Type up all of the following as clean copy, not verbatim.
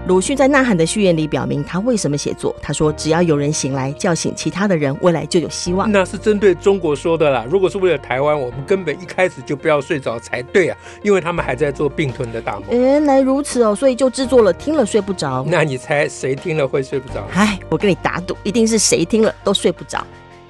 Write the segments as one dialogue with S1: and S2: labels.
S1: 鲁迅在《呐喊》的序言里表明他为什么写作，他说只要有人醒来叫醒其他的人，未来就有希望。
S2: 那是针对中国说的啦，如果是为了台湾，我们根本一开始就不要睡着才对啊，因为他们还在做并吞的大梦。
S1: 原来如此哦，所以就制作了听了睡不着。
S2: 那你猜谁听了会睡不着？
S1: 哎，我跟你打赌，一定是谁听了都睡不着。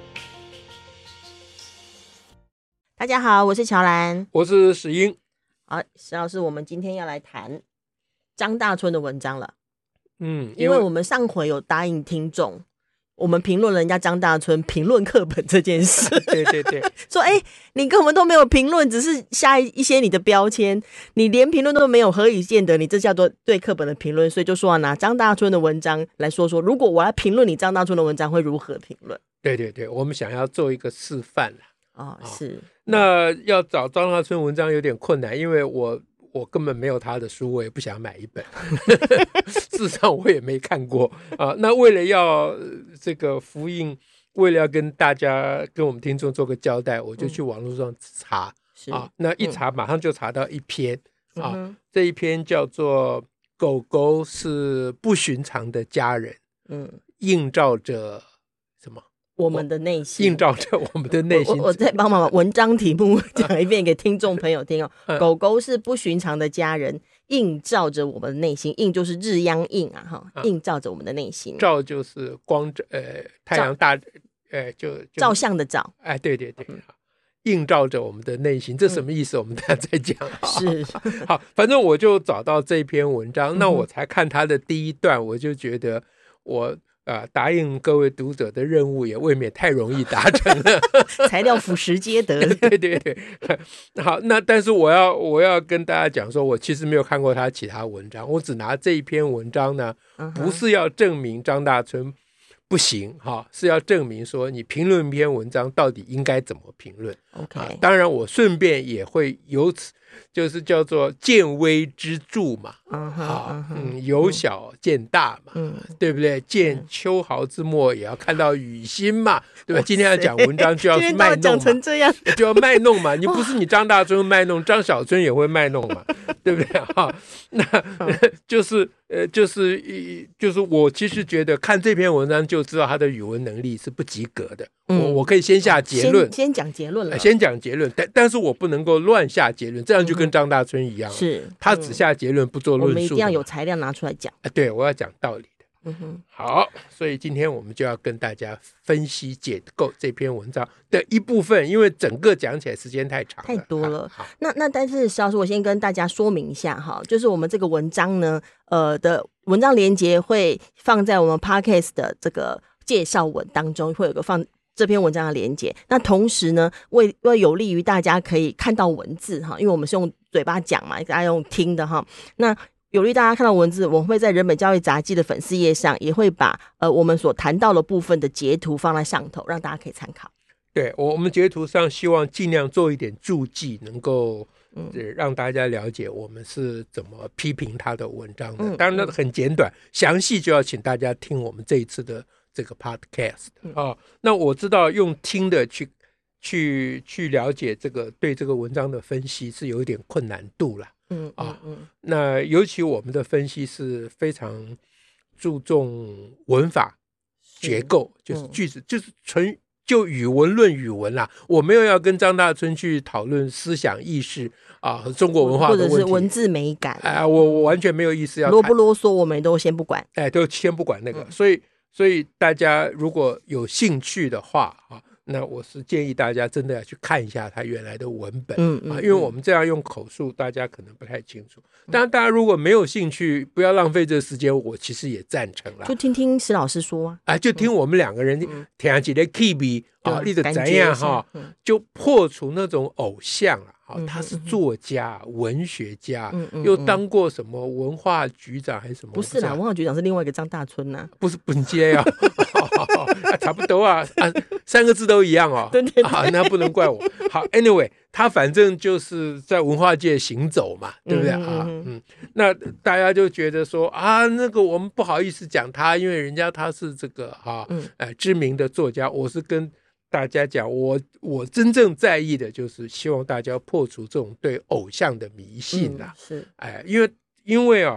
S1: 大家好，我是乔兰，
S2: 我是史英。
S1: 好，石老师，我们今天要来谈张大春的文章了。
S2: 因
S1: 为我们上回有答应听众，我们评论人家张大春评论课本这件事。
S2: 对对对，
S1: 说你跟我们都没有评论，只是下一些你的标签，你连评论都没有，何以见得你这叫做对课本的评论？所以就说要拿张大春的文章来说说，如果我要评论你张大春的文章，会如何评论？
S2: 对对对，我们想要做一个示范
S1: 是。
S2: 那要找张大春文章有点困难，因为我根本没有他的书，我也不想买一本。事实上我也没看过啊。那为了要这个复印，为了要跟大家跟我们听众做个交代，我就去网络上查那一查马上就查到一篇这一篇叫做《狗狗是不寻常的家人》，映照着什么？
S1: 我们的内心，
S2: 映照着我们的内心。
S1: 我再帮忙把文章题目讲一遍给听众朋友听狗狗是不寻常的家人，映照着我们的内心。映就是日央映映照着我们的内心。
S2: 照就是光太阳大就
S1: 照相的照。
S2: 对对对，映照着我们的内心，这什么意思？我们等下再讲。
S1: 是
S2: 好，反正我就找到这篇文章，那我才看他的第一段，我就觉得我答应各位读者的任务也未免太容易达成了。
S1: 材料俯拾皆得。
S2: 对对对。好，那但是我要跟大家讲说，我其实没有看过他其他文章，我只拿这一篇文章呢，不是要证明张大春不行是要证明说你评论一篇文章到底应该怎么评论。
S1: OK，
S2: 当然我顺便也会由此就是叫做见微知著嘛，由小见大嘛，对不对？见秋毫之末也要看到雨欣嘛，对吧？今天要讲文章就要去卖弄嘛，
S1: 讲成这样
S2: 就要卖弄嘛。你不是你张大春卖弄，张小春也会卖弄嘛，对不对？那就是我其实觉得看这篇文章就知道他的语文能力是不及格的。我可以先下结论，
S1: 先讲结论了，
S2: 先讲结论，但是我不能够乱下结论，这样就跟张大春一样，
S1: 是
S2: 他只下结论不做论述，
S1: 我们一定要有材料拿出来讲。
S2: 对，我要讲道理的。好，所以今天我们就要跟大家分析解构这篇文章的一部分，因为整个讲起来时间太长了，
S1: 太多了。那但是石老师，我先跟大家说明一下就是我们这个文章呢，的文章连结会放在我们 Podcast 的这个介绍文当中，会有个放这篇文章的连结。那同时呢，为有利于大家可以看到文字因为我们是用嘴巴讲嘛，大家用听的那有利于大家看到文字，我们会在人本教育杂技的粉丝页上也会把我们所谈到的部分的截图放在上头，让大家可以参考。
S2: 对，我们截图上希望尽量做一点注记，能够让大家了解我们是怎么批评他的文章的。当然那很简短，详细就要请大家听我们这一次的这个 podcast 那我知道用听的去了解这个对这个文章的分析是有一点困难度啦。那尤其我们的分析是非常注重文法结构，就是句子就是纯就语文论语文啦，我没有要跟张大春去讨论思想意识和中国文化的问题，
S1: 或者是文字美感
S2: 我完全没有意思要
S1: 啰不啰嗦我们都先不管，
S2: 都先不管那个。所以大家如果有兴趣的话那我是建议大家真的要去看一下他原来的文本因为我们这样用口述大家可能不太清楚。当然大家如果没有兴趣，不要浪费这个时间，我其实也赞成啦，
S1: 就听听石老师说
S2: 就听我们两个人听几个 key 你就怎样就破除那种偶像他是作家文学家又当过什么文化局长还是什么？
S1: 不是啦，文化局长是另外一个张大春
S2: 不是本街差不多三个字都一样
S1: 对
S2: 那不能怪我。好 anyway 他反正就是在文化界行走嘛，对不对那大家就觉得说那个我们不好意思讲他，因为人家他是这个知名的作家。我是跟大家讲，我真正在意的就是希望大家破除这种对偶像的迷信啦。
S1: 是
S2: 因为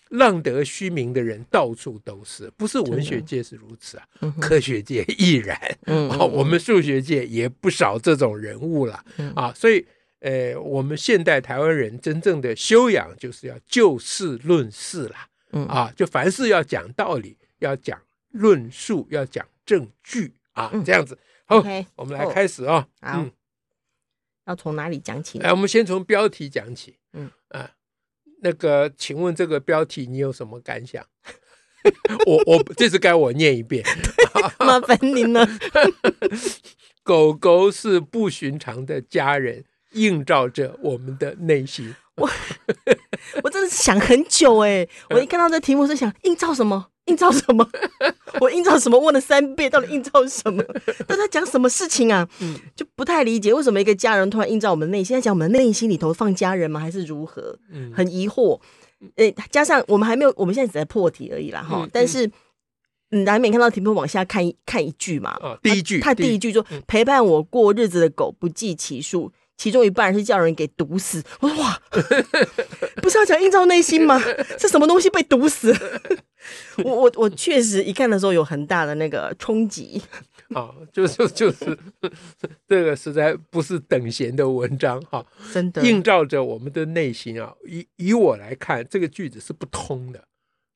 S2: 浪得虚名的人到处都是，不是文学界是如此啊，科学界亦然，我们数学界也不少这种人物了啊，所以我们现代台湾人真正的修养就是要就事论事啦，啊，就凡事要讲道理，要讲论述，要讲证据啊，这样子。好，我们来开始啊。
S1: 好，要从哪里讲起？
S2: 来，我们先从标题讲起。那个，请问这个标题你有什么感想？我这次该我念一遍，
S1: 麻烦您了。
S2: 狗狗是不寻常的家人，映照着我们的内心。
S1: 我真的是想很久我一看到这题目是想映照什么？映照什么？我映照什么？问了3遍，到底映照什么？都在讲什么事情啊？就不太理解为什么一个家人突然映照我们的内心，在讲我们的内心里头放家人吗？还是如何？很疑惑。加上我们还没有，我们现在只在破题而已啦哈。但是难免看到题目往下看一句嘛。
S2: 第一句，
S1: 他第一句说：“陪伴我过日子的狗不计其数。”其中一半是叫人给毒死。我说哇，不是要讲映照内心吗？是什么东西被毒死？我确实一看的时候有很大的那个冲击。
S2: 就是这个实在不是等闲的文章哈，
S1: 真的
S2: 映照着我们的内心啊。以我来看，这个句子是不通的。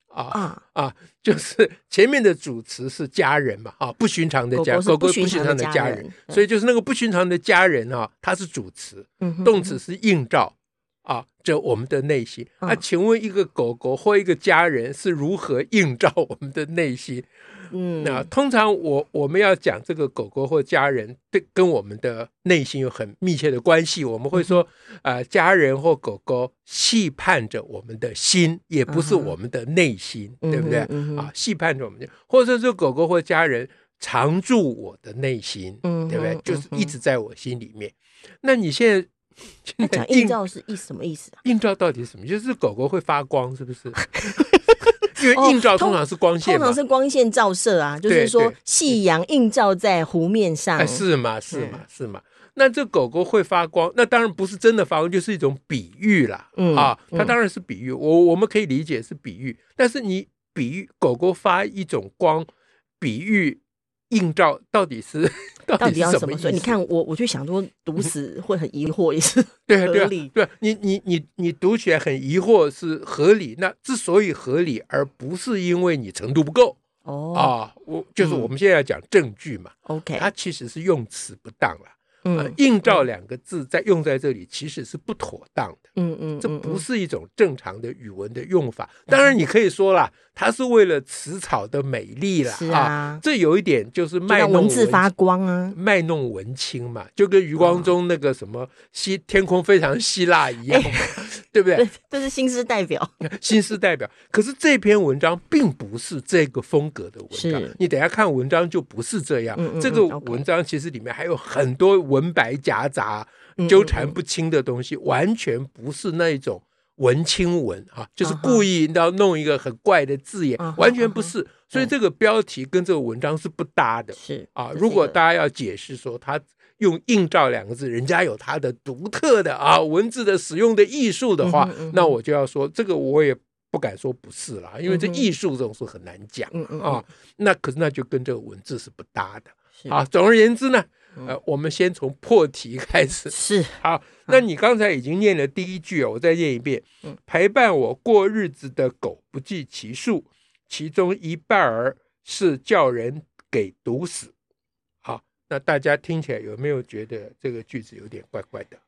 S2: 就是前面的主词是家人嘛，不寻常的家，狗狗不寻常的家人，所以就是那个不寻常的家人它是主词，动词是映照着我们的内心。请问一个狗狗或一个家人是如何映照我们的内心？那通常我们要讲这个狗狗或家人跟我们的内心有很密切的关系，我们会说家人或狗狗细盼着我们的心，也不是我们的内心，对不对？细盼着我们的，或者是狗狗或家人常驻我的内心，对不对？就是一直在我心里面。那你现在
S1: 讲映照是什么意思啊？
S2: 映照到底是什么？就是狗狗会发光，是不是？因为映照通常是光线嘛，
S1: 通常是光线照射啊，就是说夕阳映照在湖面上，
S2: 是嘛？那这狗狗会发光，那当然不是真的发光，就是一种比喻啦。它当然是比喻，我们可以理解是比喻，但是你比喻狗狗发一种光，比喻映照到底要什么意思？
S1: 所以你看我去想说毒死会很疑惑，也是
S2: 合理。对，你读起来很疑惑是合理，那之所以合理，而不是因为你程度不够就是我们现在要讲证据嘛。
S1: OK，
S2: 它其实是用词不当了。映照2个字用在这里其实是不妥当的。这不是一种正常的语文的用法。当然你可以说啦，它是为了词草的美丽啦。这有一点就是卖弄
S1: 文字发光啊，
S2: 卖弄文青嘛，就跟余光中那个什么天空非常希腊一样嘛，对不对？
S1: 这是新诗代表。
S2: 新诗代表。可是这篇文章并不是这个风格的文章，你等一下看文章就不是这样。这个文章其实里面还有很多文白夹杂纠缠不清的东西，完全不是那种文青文就是故意要弄一个很怪的字眼，完全不是。所以这个标题跟这个文章是不搭的。如果大家要解释说他用映照2个字，人家有他的独特的文字的使用的艺术的话，那我就要说这个我也不敢说不是啦，因为这艺术这种事很难讲可是那就跟这个文字是不搭的。总而言之呢，我们先从破题开始。
S1: 是。
S2: 好，那你刚才已经念了第一句我再念一遍。陪伴我过日子的狗不计其数，其中一半儿是叫人给毒死。好，那大家听起来有没有觉得这个句子有点怪怪的？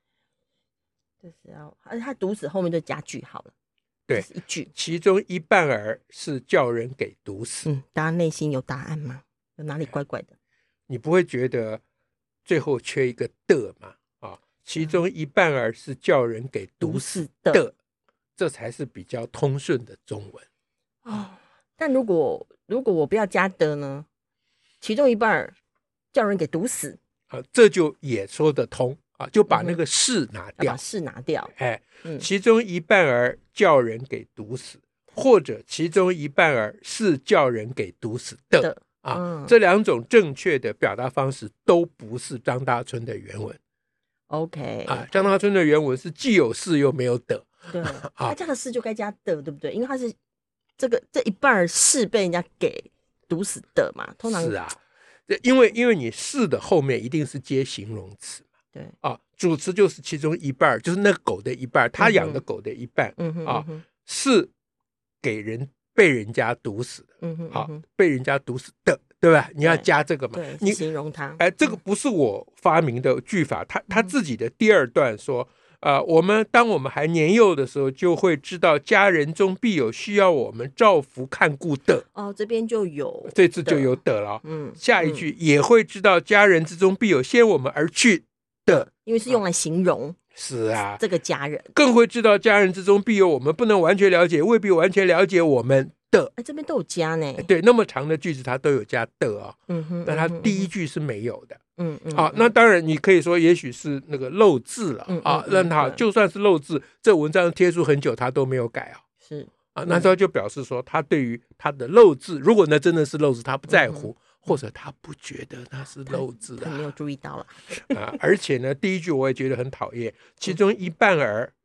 S1: 他毒死后面就加句号了。
S2: 对，
S1: 一句，
S2: 其中一半儿是叫人给毒死。
S1: 大家内心有答案吗？有哪里怪怪的？
S2: 你不会觉得最后缺一个的吗？其中一半儿是叫人给毒死的，这才是比较通顺的中文。
S1: 但如果我不要加的呢？其中一半儿叫人给毒死，
S2: 这就也说得通就把那个是拿掉，
S1: 把是拿掉。
S2: 其中一半儿叫人给毒死，或者其中一半儿是叫人给毒死的。这2种正确的表达方式都不是张大春的原文。
S1: OK，
S2: 张大春的原文是既有是又没有的。
S1: 对，他加的是就该加的，对不对？因为他是这一半是被人家给毒死的嘛？通常
S2: 是啊，因为你是的后面一定是接形容词嘛。
S1: 对
S2: 啊，主词就是其中一半，就是那狗的一半，他养的狗的一半。是给被人家毒死的。被人家毒死的，对吧？你要加这个嘛？
S1: 对，
S2: 你
S1: 形容他。
S2: 这个不是我发明的句法，他自己的第二段说。当我们还年幼的时候，就会知道家人中必有需要我们照拂看顾的。
S1: 这边就有，
S2: 这次就有的了。下一句也会知道家人之中必有先我们而去的，
S1: 因为是用来形容。
S2: 是啊，
S1: 这个家人
S2: 更会知道家人之中必有我们不能完全了解，未必完全了解我们的。
S1: 这边都有加呢。
S2: 对，那么长的句子它都有加的啊。那它第一句是没有的。那当然你可以说也许是那个漏字了那它就算是漏字，这文章贴出很久它都没有改啊。
S1: 是
S2: 那他就表示说他对于他的漏字，如果那真的是漏字他不在乎，或者他不觉得那是漏字
S1: 他没有注意到了
S2: 而且呢第一句我也觉得很讨厌，其中一半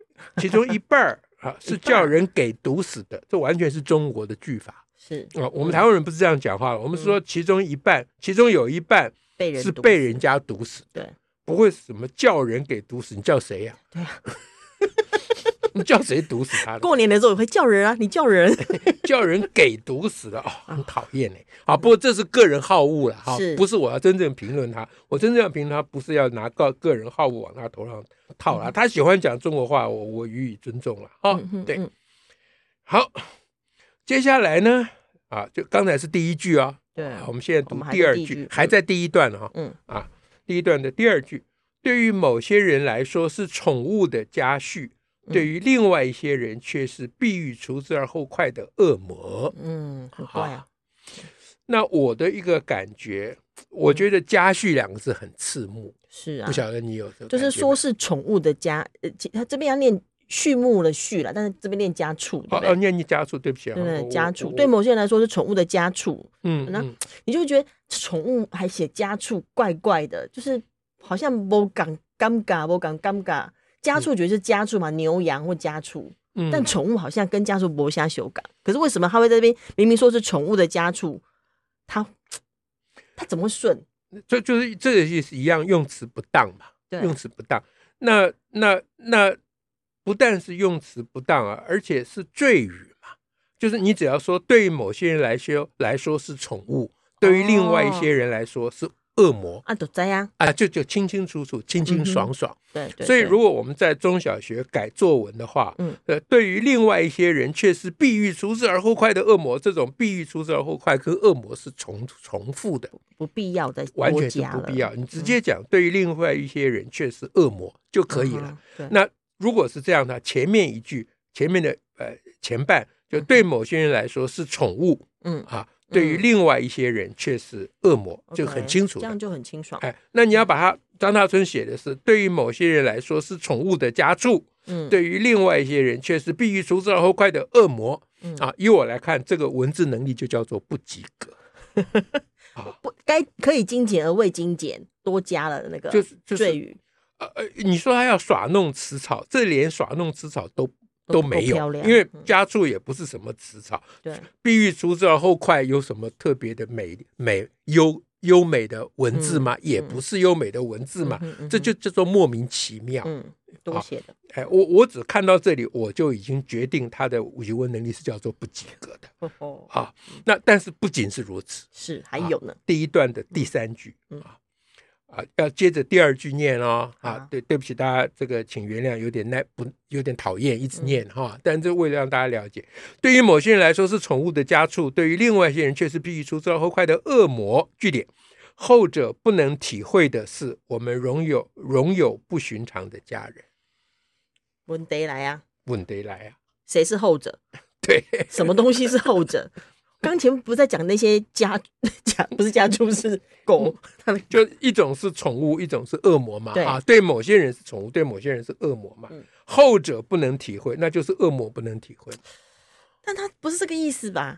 S2: 是叫人给毒死的，这完全是中国的句法。
S1: 是
S2: 我们台湾人不是这样讲话，我们说其中有一半是被人家毒死，
S1: 对，
S2: 不会什么叫人给毒死，你叫谁呀？
S1: 对啊
S2: 你叫谁毒死他的？
S1: 过年的时候也会叫人啊，你叫人
S2: 叫人给毒死了很讨厌不过这是个人好恶了不是我要真正评论他，我真正要评论他不是要拿个人好恶往他头上套了他喜欢讲中国话，我予以尊重了对。好，接下来呢就刚才是第一句
S1: 对，
S2: 我们现在读第二句，还在第一段第一段的第二句，对于某些人来说是宠物的家畜，对于另外一些人却是必欲除之而后快的恶魔。
S1: 很怪
S2: 那我的一个感觉，我觉得家畜两个字很刺目。
S1: 是啊，
S2: 不晓得你有什么？
S1: 就是说是宠物的家，他这边要念畜牧的畜了，但是这边念家畜，对不对？
S2: 念家畜，对不起
S1: 家畜对某些人来说是宠物的家畜。那你就会觉得宠物还写家畜怪怪的，就是好像没讲尴尬。家畜觉得是家畜嘛，牛羊或家畜，但宠物好像跟家畜没啥相干。可是为什么他会在这边明明说是宠物的家畜，他怎么会顺？
S2: 就是这个也是一样，用词不当嘛，用词不当。那不但是用词不当而且是赘语嘛，就是你只要说对于某些人来说是宠物，对于另外一些人来说是恶魔
S1: 都这样
S2: 就清清楚楚清清爽爽。
S1: 对，
S2: 所以如果我们在中小学改作文的话对于另外一些人却是必欲除之而后快的恶魔，这种必欲除之而后快跟恶魔是重复的，
S1: 不必要的，
S2: 完全是不必要。你直接讲对于另外一些人却是恶魔就可以了。那如果是这样的，前面的前半就对某些人来说是宠物对于另外一些人却是恶魔就很清楚，
S1: 这样就很清爽。
S2: 那你要把它张大春写的是对于某些人来说是宠物的家畜对于另外一些人却是必欲除之而后快的恶魔以我来看，这个文字能力就叫做不及格
S1: 可以精简而未精简，多加了那个赘语。
S2: 你说他要耍弄词草，这连耍弄词草都没有，因为家畜也不是什么词草。
S1: 对，
S2: 必欲除之而后快有什么特别的优美的文字吗？也不是优美的文字嘛，这就叫做莫名其妙。
S1: 多写的。
S2: 我只看到这里，我就已经决定他的语文能力是叫做不及格的。那但是不仅是如此，
S1: 是还有呢。
S2: 第一段的第三句要接着第二句念对不起大家，这个请原谅，有点讨厌一直念但这为了让大家了解，对于某些人来说是宠物的家畜，对于另外一些人却是必须除之而后快的恶魔。句点，后者不能体会的是我们容有不寻常的家人。
S1: 问题来啊，谁是后者？
S2: 对，
S1: 什么东西是后者？刚前不是在讲那些不是家畜是狗，
S2: 就一种是宠物，一种是恶魔嘛。对某些人是宠物，对某些人是恶魔嘛。后者不能体会，那就是恶魔不能体会。
S1: 但他不是这个意思吧？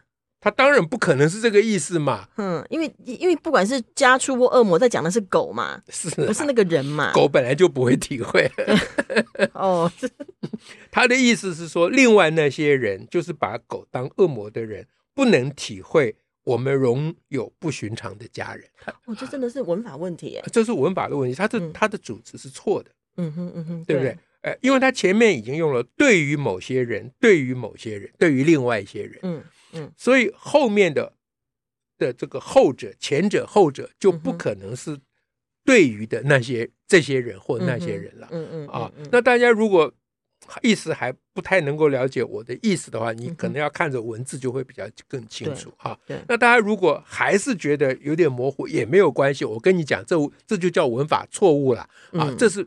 S2: 他当然不可能是这个意思嘛。
S1: 因为不管是家畜或恶魔，在讲的是狗嘛，
S2: 是
S1: 不是那个人嘛？
S2: 狗本来就不会体会。
S1: 哦，
S2: 他的意思是说，另外那些人就是把狗当恶魔的人，不能体会我们容有不寻常的家人。
S1: 这真的是文法问题耶。
S2: 这是文法的问题，他的主词是错的。对不对？因为他前面已经用了对于某些人，对于某些人，对于另外一些人。所以后面的这个后者、前者、后者就不可能是对于的这些人或那些人了。那大家如果意思还不太能够了解我的意思的话，你可能要看着文字就会比较更清楚哈。那大家如果还是觉得有点模糊也没有关系，我跟你讲，这就叫文法错误了这是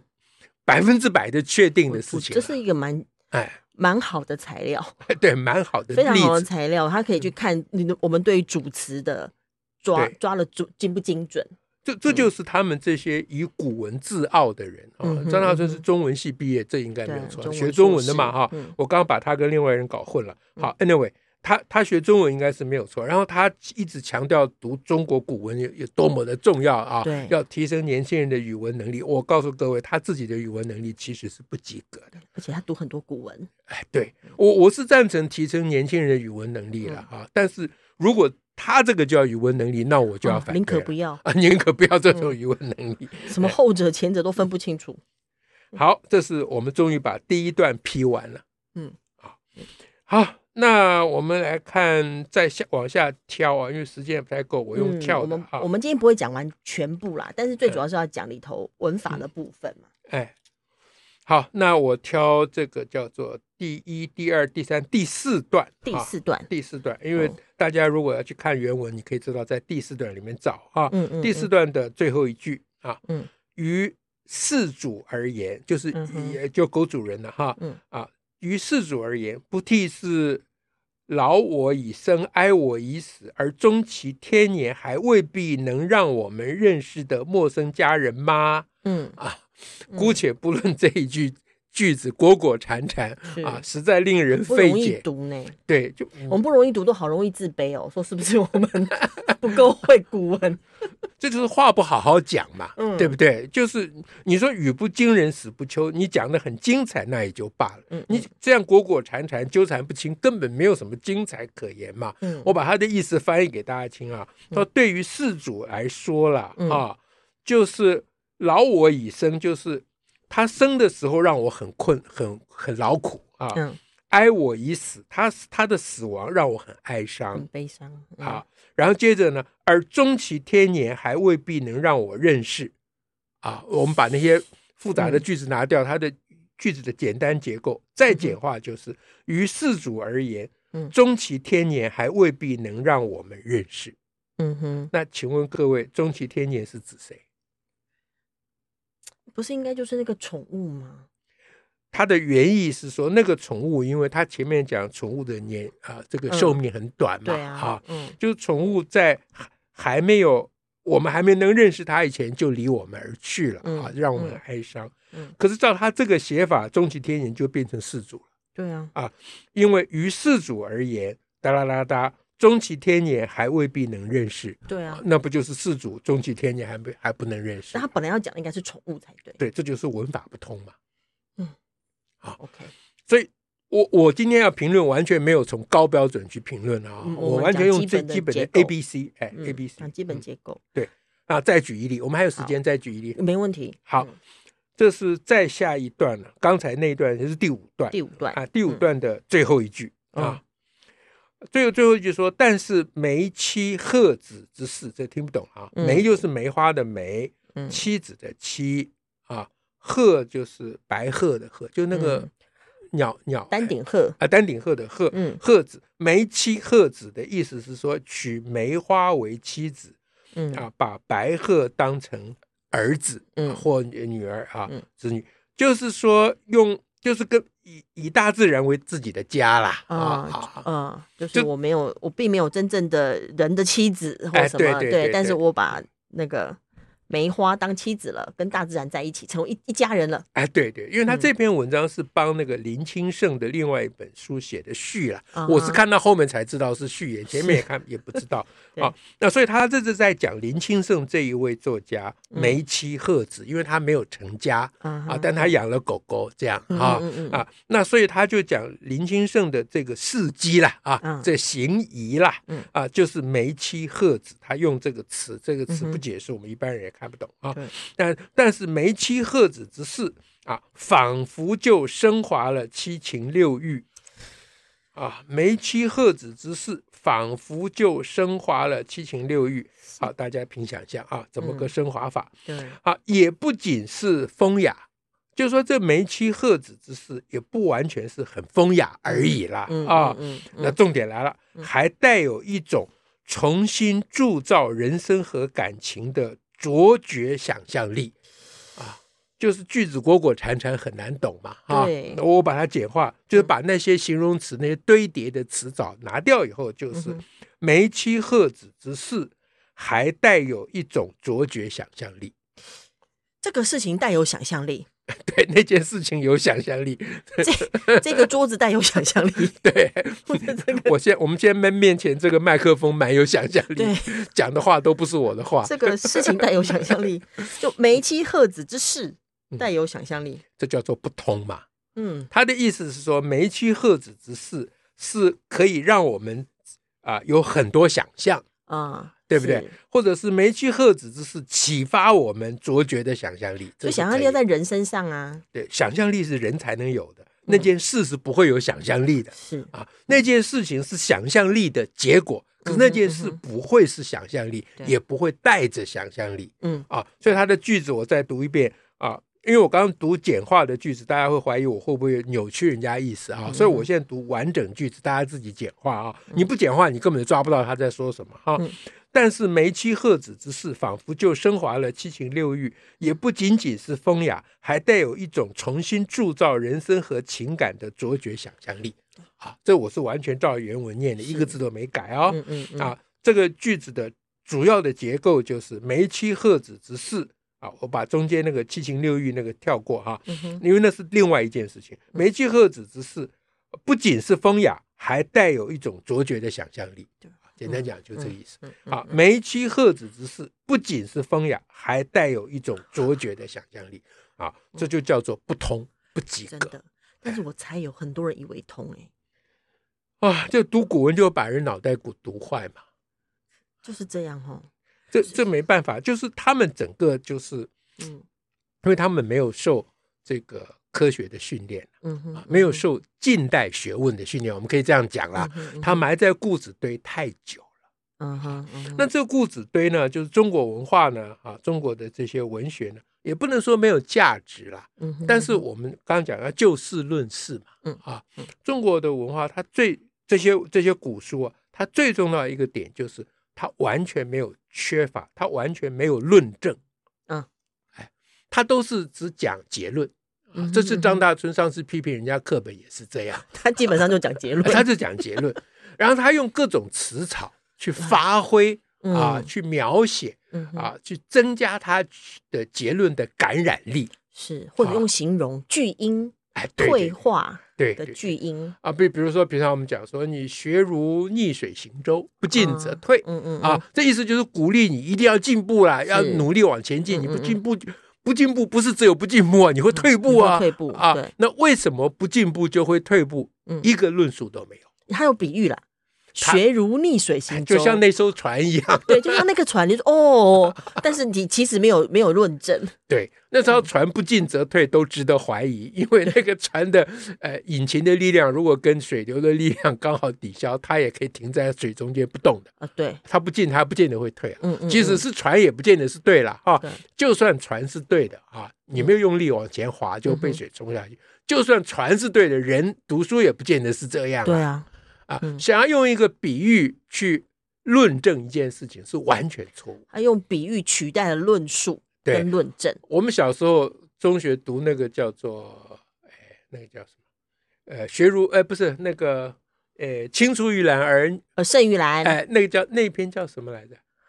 S2: 100%的确定的事情。
S1: 这是一个蛮好的材料，
S2: 对，蛮好的例子，
S1: 非常好的材料，它可以去看我们对于主词的抓的精不精准。
S2: 这就是他们这些以古文自傲的人张大春是中文系毕业，这应该没有错，学中文的嘛我刚刚把他跟另外人搞混了。好 ，anyway， 他学中文应该是没有错，然后他一直强调读中国古文有多么的重要要提升年轻人的语文能力。我告诉各位，他自己的语文能力其实是不及格的，
S1: 而且他读很多古文。
S2: 对，我是赞成提升年轻人的语文能力了但是如果他这个叫语文能力，那我就要反对了，
S1: 宁可不要
S2: 宁可不要这种语文能力，
S1: 什么后者前者都分不清楚。
S2: 好，这是我们终于把第一段批完了。好，那我们来看再往下挑因为时间不太够，我用跳的
S1: 我们今天不会讲完全部啦，但是最主要是要讲里头文法的部分嘛。
S2: 好，那我挑这个叫做第一、第二、第三、第四段。第四段，因为大家如果要去看原文，你可以知道在第四段里面找第四段的最后一句于饲主而言，就是也就狗主人了于饲主而言，不替是劳我以生，哀我以死，而终其天年还未必能让我们认识的陌生家人吗？姑且不论这一句子裹裹缠缠实在令人费解，不容易
S1: 读呢。
S2: 对，
S1: 我们不容易读，都好容易自卑说是不是我们不够会古文？
S2: 这就是话不好好讲嘛，对不对？就是你说语不惊人死不休，你讲的很精彩那也就罢了，你这样裹裹缠缠纠缠不清，根本没有什么精彩可言嘛。我把他的意思翻译给大家听说对于饲主来说啦就是劳我以生，就是他生的时候让我很困很劳苦哀我以死，他的死亡让我很哀伤
S1: 很悲伤
S2: 然后接着呢，而终其天年还未必能让我认识我们把那些复杂的句子拿掉，它的句子的简单结构再简化，就是于饲主而言终其天年还未必能让我们认识。那请问各位，终其天年是指谁？
S1: 不是应该就是那个宠物吗？
S2: 它的原意是说，那个宠物，因为它前面讲宠物的这个寿命很短嘛，就是宠物在我们还没能认识它以前，就离我们而去了让我们很哀伤。可是照他这个写法，终其天年就变成饲主了。
S1: 对啊，
S2: 因为于饲主而言，哒啦啦哒，终其天年还未必能认识。
S1: 对啊，
S2: 那不就是饲主终其天年还不能认识？
S1: 那他本来要讲的应该是宠物才对。
S2: 对，这就是文法不通嘛。
S1: OK，
S2: 所以我今天要评论，完全没有从高标准去评论我完全用最基本的 ABC ABC
S1: 讲基本结构。
S2: 对再举一例，我们还有时间再举一例，
S1: 没问题。
S2: 好，这是再下一段了，刚才那一段就是第五段第五段的最后一句最后一句说，但是梅妻鹤子之事，这听不懂梅就是梅花的梅，妻子的妻鹤就是白鹤的鹤，就那个鸟
S1: 丹顶鹤
S2: 丹顶鹤的鹤鹤子，梅妻鹤子的意思是说娶梅花为妻子把白鹤当成儿子或女儿子女，就是说就是以大自然为自己的家啦
S1: 就是我并没有真正的人的妻子或什么对，但是我把那个梅花当妻子了，跟大自然在一起，成为一家人了。
S2: 哎，对对，因为他这篇文章是帮那个林清盛的另外一本书写的序啦，我是看到后面才知道是序言，前面也不知道啊。那所以他这是在讲林清盛这一位作家梅妻鹤子，因为他没有成家啊，但他养了狗狗这样啊。那所以他就讲林清盛的这个事迹啦啊，这行仪啦啊，就是梅妻鹤子，他用这个词不解释，我们一般人也看不懂啊。但是梅妻鹤子之事啊，仿佛就升华了七情六欲啊，梅妻鹤子之事仿佛就升华了七情六欲。好，大家凭想象啊，怎么个升华法？对啊，也不仅是风雅，就是说这梅妻鹤子之事也不完全是很风雅而已啦啊。那重点来了，还带有一种重新铸造人生和感情的卓绝想象力啊，就是句子裹裹缠缠很难懂嘛啊。我把它简化，就是把那些形容词那些堆叠的词藻拿掉以后，就是梅妻鹤子之事还带有一种卓绝想象力。
S1: 这个事情带有想象力。
S2: 对，那件事情有想象力。
S1: 这个桌子带有想象力。
S2: 对，我们现在面前这个麦克风蛮有想象力，讲的话都不是我的话。
S1: 这个事情带有想象力，就梅妻鹤子之事带有想象力，
S2: 这叫做不通嘛。他的意思是说，梅妻鹤子之事是可以让我们有很多想象啊。对不对？或者是梅妻鹤子之事启发我们卓绝的想象力，
S1: 所以想象力要在人身上啊。
S2: 对，想象力是人才能有的，那件事是不会有想象力的。是啊，那件事情是想象力的结果，可是那件事不会是想象力，也不会带着想象力。所以他的句子我再读一遍啊。因为我刚刚读简化的句子，大家会怀疑我会不会扭曲人家意思啊，所以我现在读完整句子，大家自己简化啊。你不简化，你根本就抓不到他在说什么啊。但是梅妻鹤子之事仿佛就升华了七情六欲，也不仅仅是风雅，还带有一种重新铸造人生和情感的卓绝想象力。好，这我是完全照原文念的，一个字都没改哦。这个句子的主要的结构就是梅妻鹤子之事。我把中间那个七情六欲那个跳过哈，因为那是另外一件事情。梅妻鹤子之事不仅是风雅，还带有一种卓绝的想象力。简单讲就这个意思。梅妻鹤子之事不仅是风雅，还带有一种卓绝的想象力。这就叫做不通不及格。
S1: 真的，但是我猜有很多人以为通
S2: 就读古文就把人脑袋读坏嘛，
S1: 就是这样哦。
S2: 这没办法，就是他们整个就是因为他们没有受这个科学的训练，没有受近代学问的训练，我们可以这样讲啦。他埋在固子堆太久了。那这个固子堆呢，就是中国文化呢，中国的这些文学呢，也不能说没有价值啦。但是我们刚刚讲要就事论事嘛。中国的文化它这些古书啊，它最重要的一个点就是它完全没有缺乏，它完全没有论证。它都是只讲结论。这次张大春上次批评人家课本也是这样，
S1: 他基本上就讲结论。
S2: 他是讲结论，然后他用各种词草去发挥去描写去增加他的结论的感染力，
S1: 是或者用形容句音退化的句音
S2: 比如说平常我们讲说你学如逆水行舟，不进则退。这意思就是鼓励你一定要进步啦，要努力往前进。你不进步不是只有不进步你会退步啊。
S1: 退步对。
S2: 那为什么不进步就会退步？一个论述都没有。
S1: 还有比喻啦，学如逆水行舟，
S2: 就像那艘船一样。
S1: 对，就像那个船，你说但是你其实没有论证。
S2: 对，那艘船不进则退都值得怀疑，因为那个船的引擎的力量如果跟水流的力量刚好抵消，它也可以停在水中间不动的。对，它不进，它不见得会退即使是船也不见得是对了就算船是对的你没有用力往前滑就被水冲下去。就算船是对的，人读书也不见得是这样。
S1: 对啊。
S2: 想要用一个比喻去论证一件事情是完全错误，
S1: 他用比喻取代了论述跟论证。
S2: 我们小时候中学读那个叫做那个叫什么学如不是那个青出于蓝而
S1: 胜于蓝。
S2: 那个叫那篇叫什么来着？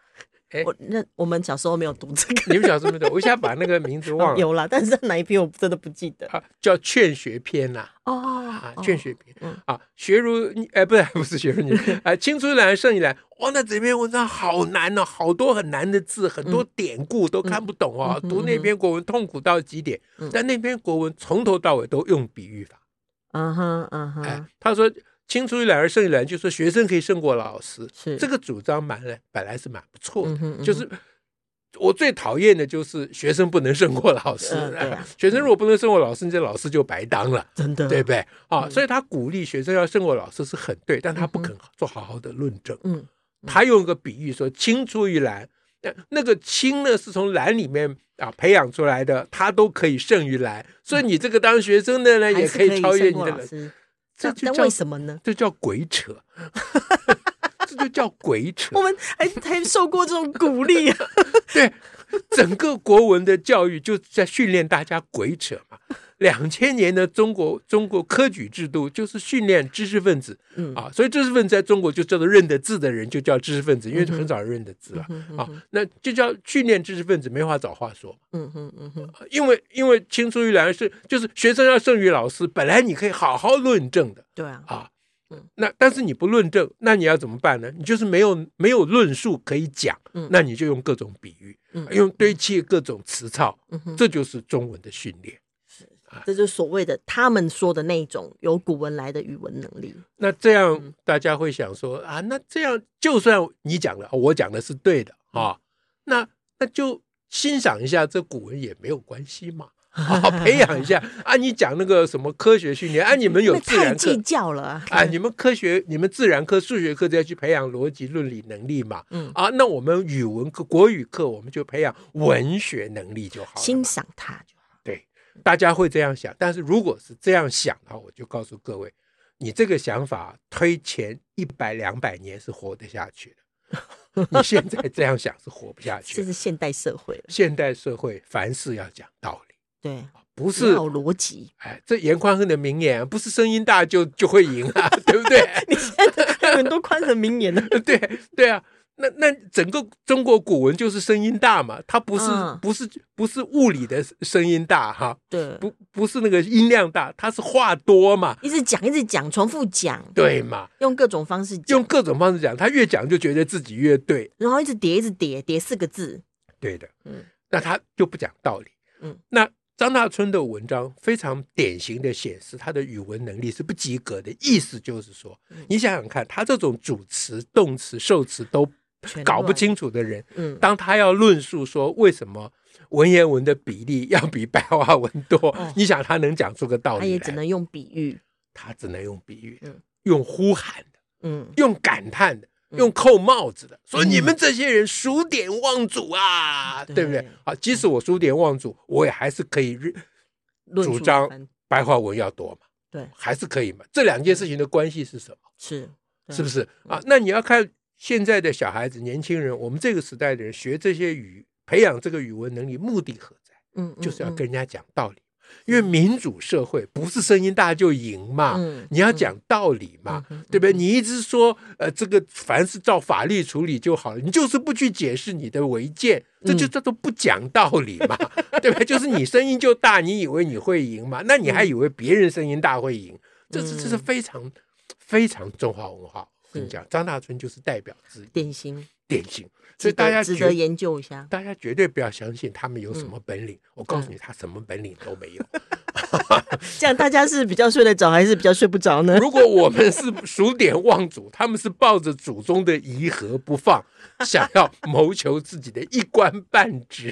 S1: 我们小时候没有读这个，
S2: 你们小时候没有读，我一下把那个名字忘了。
S1: 有啦，但是哪一篇我真的不记得
S2: 叫《劝学篇》呐。劝学篇学如不是学如你青出于蓝胜于蓝。那这篇文章好难哦，好多很难的字，很多典故都看不懂哦。读那篇国文痛苦到极点，但那篇国文从头到尾都用比喻法。他说青出于蓝而胜于蓝，就是说学生可以胜过老师，这个主张本来是蛮不错的。就是我最讨厌的就是学生不能胜过老师。学生如果不能胜过老师，这老师就白当了，
S1: 真的，
S2: 对不对？所以他鼓励学生要胜过老师是很对，但他不肯做好好的论证。他用一个比喻说青出于蓝，那个青呢是从蓝里面培养出来的，他都可以胜于蓝，所以你这个当学生的呢也可以超越你的老师。
S1: 但为什么呢？
S2: 这叫鬼扯。这就叫鬼扯。
S1: 我们还受过这种鼓励啊。
S2: 对，整个国文的教育就在训练大家鬼扯嘛。2000年的中国科举制度就是训练知识分子。所以知识分子在中国就叫做认得字的人就叫知识分子，因为很少人认得字了。那就叫训练知识分子，没话找话说。因为青出于蓝就是学生要胜于老师，本来你可以好好论证的。
S1: 对啊。
S2: 那但是你不论证，那你要怎么办呢？你就是没有论述可以讲，那你就用各种比喻，用堆砌各种词操，这就是中文的训练。
S1: 这就是所谓的他们说的那种由古文来的语文能力。
S2: 那这样大家会想说那这样就算你讲的我讲的是对的那就欣赏一下这古文也没有关系嘛。培养一下你讲那个什么科学训练你们有自然课，
S1: 太计较了
S2: 你们自然科、数学课就要去培养逻辑论理能力嘛。那我们语文课、国语课我们就培养文学能力就好了，
S1: 欣赏它就好。
S2: 对，大家会这样想。但是如果是这样想的话，我就告诉各位，你这个想法推前100-200年是活得下去的。你现在这样想是活不下去的。
S1: 这是现代社会了。
S2: 现代社会凡事要讲道理。
S1: 对，
S2: 不是
S1: 要有逻辑。
S2: 这严宽恒的名言，不是声音大就会赢对不对？
S1: 你现在有很多宽恒名言
S2: 对啊，那整个中国古文就是声音大嘛，它不是物理的声音大
S1: 对，
S2: 不是那个音量大，它是话多嘛，
S1: 一直讲，重复讲，
S2: 对嘛，
S1: 用各种方式讲，
S2: 他越讲就觉得自己越对，
S1: 然后一直叠4个字，
S2: 对的，那他就不讲道理，那张大春的文章非常典型的显示他的语文能力是不及格的，意思就是说，你想想看，他这种主词、动词、受词都搞不清楚的人，当他要论述说为什么文言文的比例要比白话文多，你想他能讲出个道理来？
S1: 他也只能用比喻，
S2: 用呼喊的，用感叹的，用扣帽子的，说你们这些人数典忘祖对不对？即使我数典忘祖，我也还是可以主张白话文要多嘛，
S1: 对，
S2: 还是可以嘛。这两件事情的关系是什么？是不是那你要看现在的小孩子、年轻人，我们这个时代的人学这些培养这个语文能力，目的何在？就是要跟人家讲道理。因为民主社会不是声音大就赢嘛，你要讲道理嘛，对不对？你一直说这个凡是照法律处理就好了，你就是不去解释你的违建，这就叫做不讲道理嘛，对不对？就是你声音就大，你以为你会赢嘛？那你还以为别人声音大会赢？这是非常非常中华文化。我跟你讲，张大春就是代表之一，
S1: 典型。
S2: 所以大家
S1: 值得研究一下。
S2: 大家绝对不要相信他们有什么本领，我告诉你，他什么本领都没有。
S1: 这样大家是比较睡得着，还是比较睡不着呢？
S2: 如果我们是数典忘祖，他们是抱着祖宗的遗核不放，想要谋求自己的一官半职，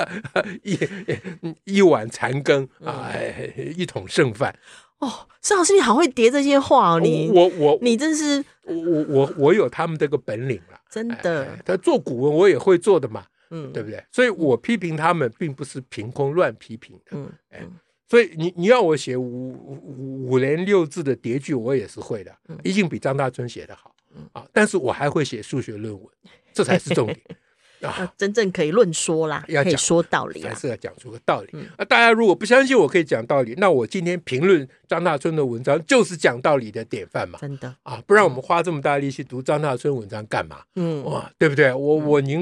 S2: 一碗残羹一桶剩饭。
S1: 施老师，你好会叠这些话你真是
S2: 我有他们这个本领了，
S1: 真的。
S2: 他做古文我也会做的嘛，对不对？所以我批评他们并不是凭空乱批评的，所以你要我写五连六字的叠句，我也是会的，一定比张大春写的好但是我还会写数学论文，这才是重点。
S1: 真正可以论说啦，可以说道理
S2: 还是要讲出个道理。大家如果不相信我可以讲道理，那我今天评论张大春的文章就是讲道理的典范嘛，
S1: 真的
S2: 不然我们花这么大力气读张大春文章干嘛？对不对？我宁可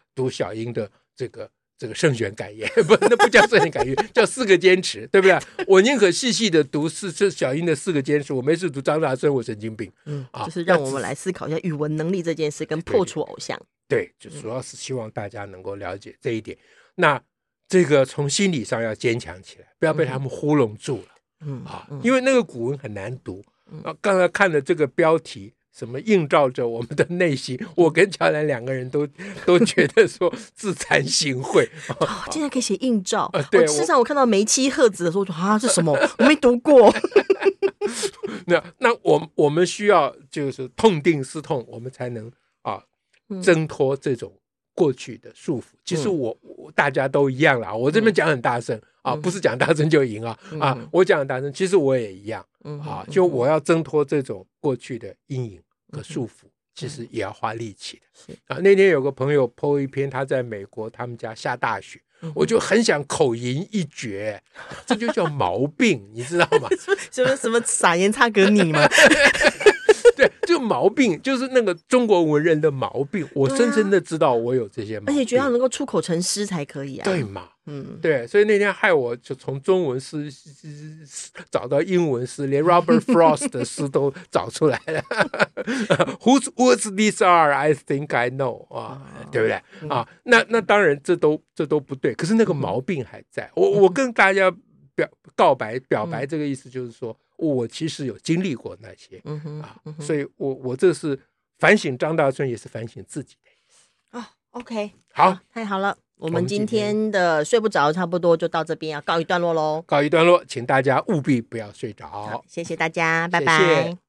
S2: 读小英的这个胜选感言，不，那不叫胜选感言，叫4个坚持，对不对？我宁可细细的读小英的4个坚持，我没事读张大春，我神经病。
S1: 就是让我们来思考一下语文能力这件事跟破除偶像。
S2: 对，就主要是希望大家能够了解这一点。那这个从心理上要坚强起来，不要被他们糊弄住了。因为那个古文很难读。刚才看了这个标题，什么映照着我们的内心，我跟乔兰2个人都觉得说自惭形秽。
S1: 竟然可以写映照。
S2: 对，
S1: 事实上我看到梅妻鹤子的时候，这什么？我没读过。
S2: 那我们需要就是痛定思痛，我们才能挣脱这种过去的束缚。其实大家都一样啦，我这边讲很大声不是讲大声就赢我讲很大声，其实我也一样就我要挣脱这种过去的阴影和束缚，其实也要花力气的。那天有个朋友 po 一篇他在美国他们家下大雪，我就很想口吟一绝，这就叫毛病，你知道吗？
S1: 什么撒盐擦革你吗？
S2: 对，就毛病，就是那个中国文人的毛病，我深深的知道我有这些毛病，
S1: 而且觉得要能够出口成诗才可以
S2: 对嘛？对，所以那天害我就从中文诗找到英文诗，连 Robert Frost 的诗都找出来了。Whose words these are? I think I know 对不对那当然这都不对，可是那个毛病还在。我跟大家表白这个意思就是说，我其实有经历过那些所以我这是反省张大春，也是反省自己的意思。
S1: OK，
S2: 好，
S1: 太好了。我们今天的睡不着差不多就到这边，要告一段落喽。
S2: 告一段落，请大家务必不要睡着。
S1: 谢谢大家，拜拜。
S2: 谢谢。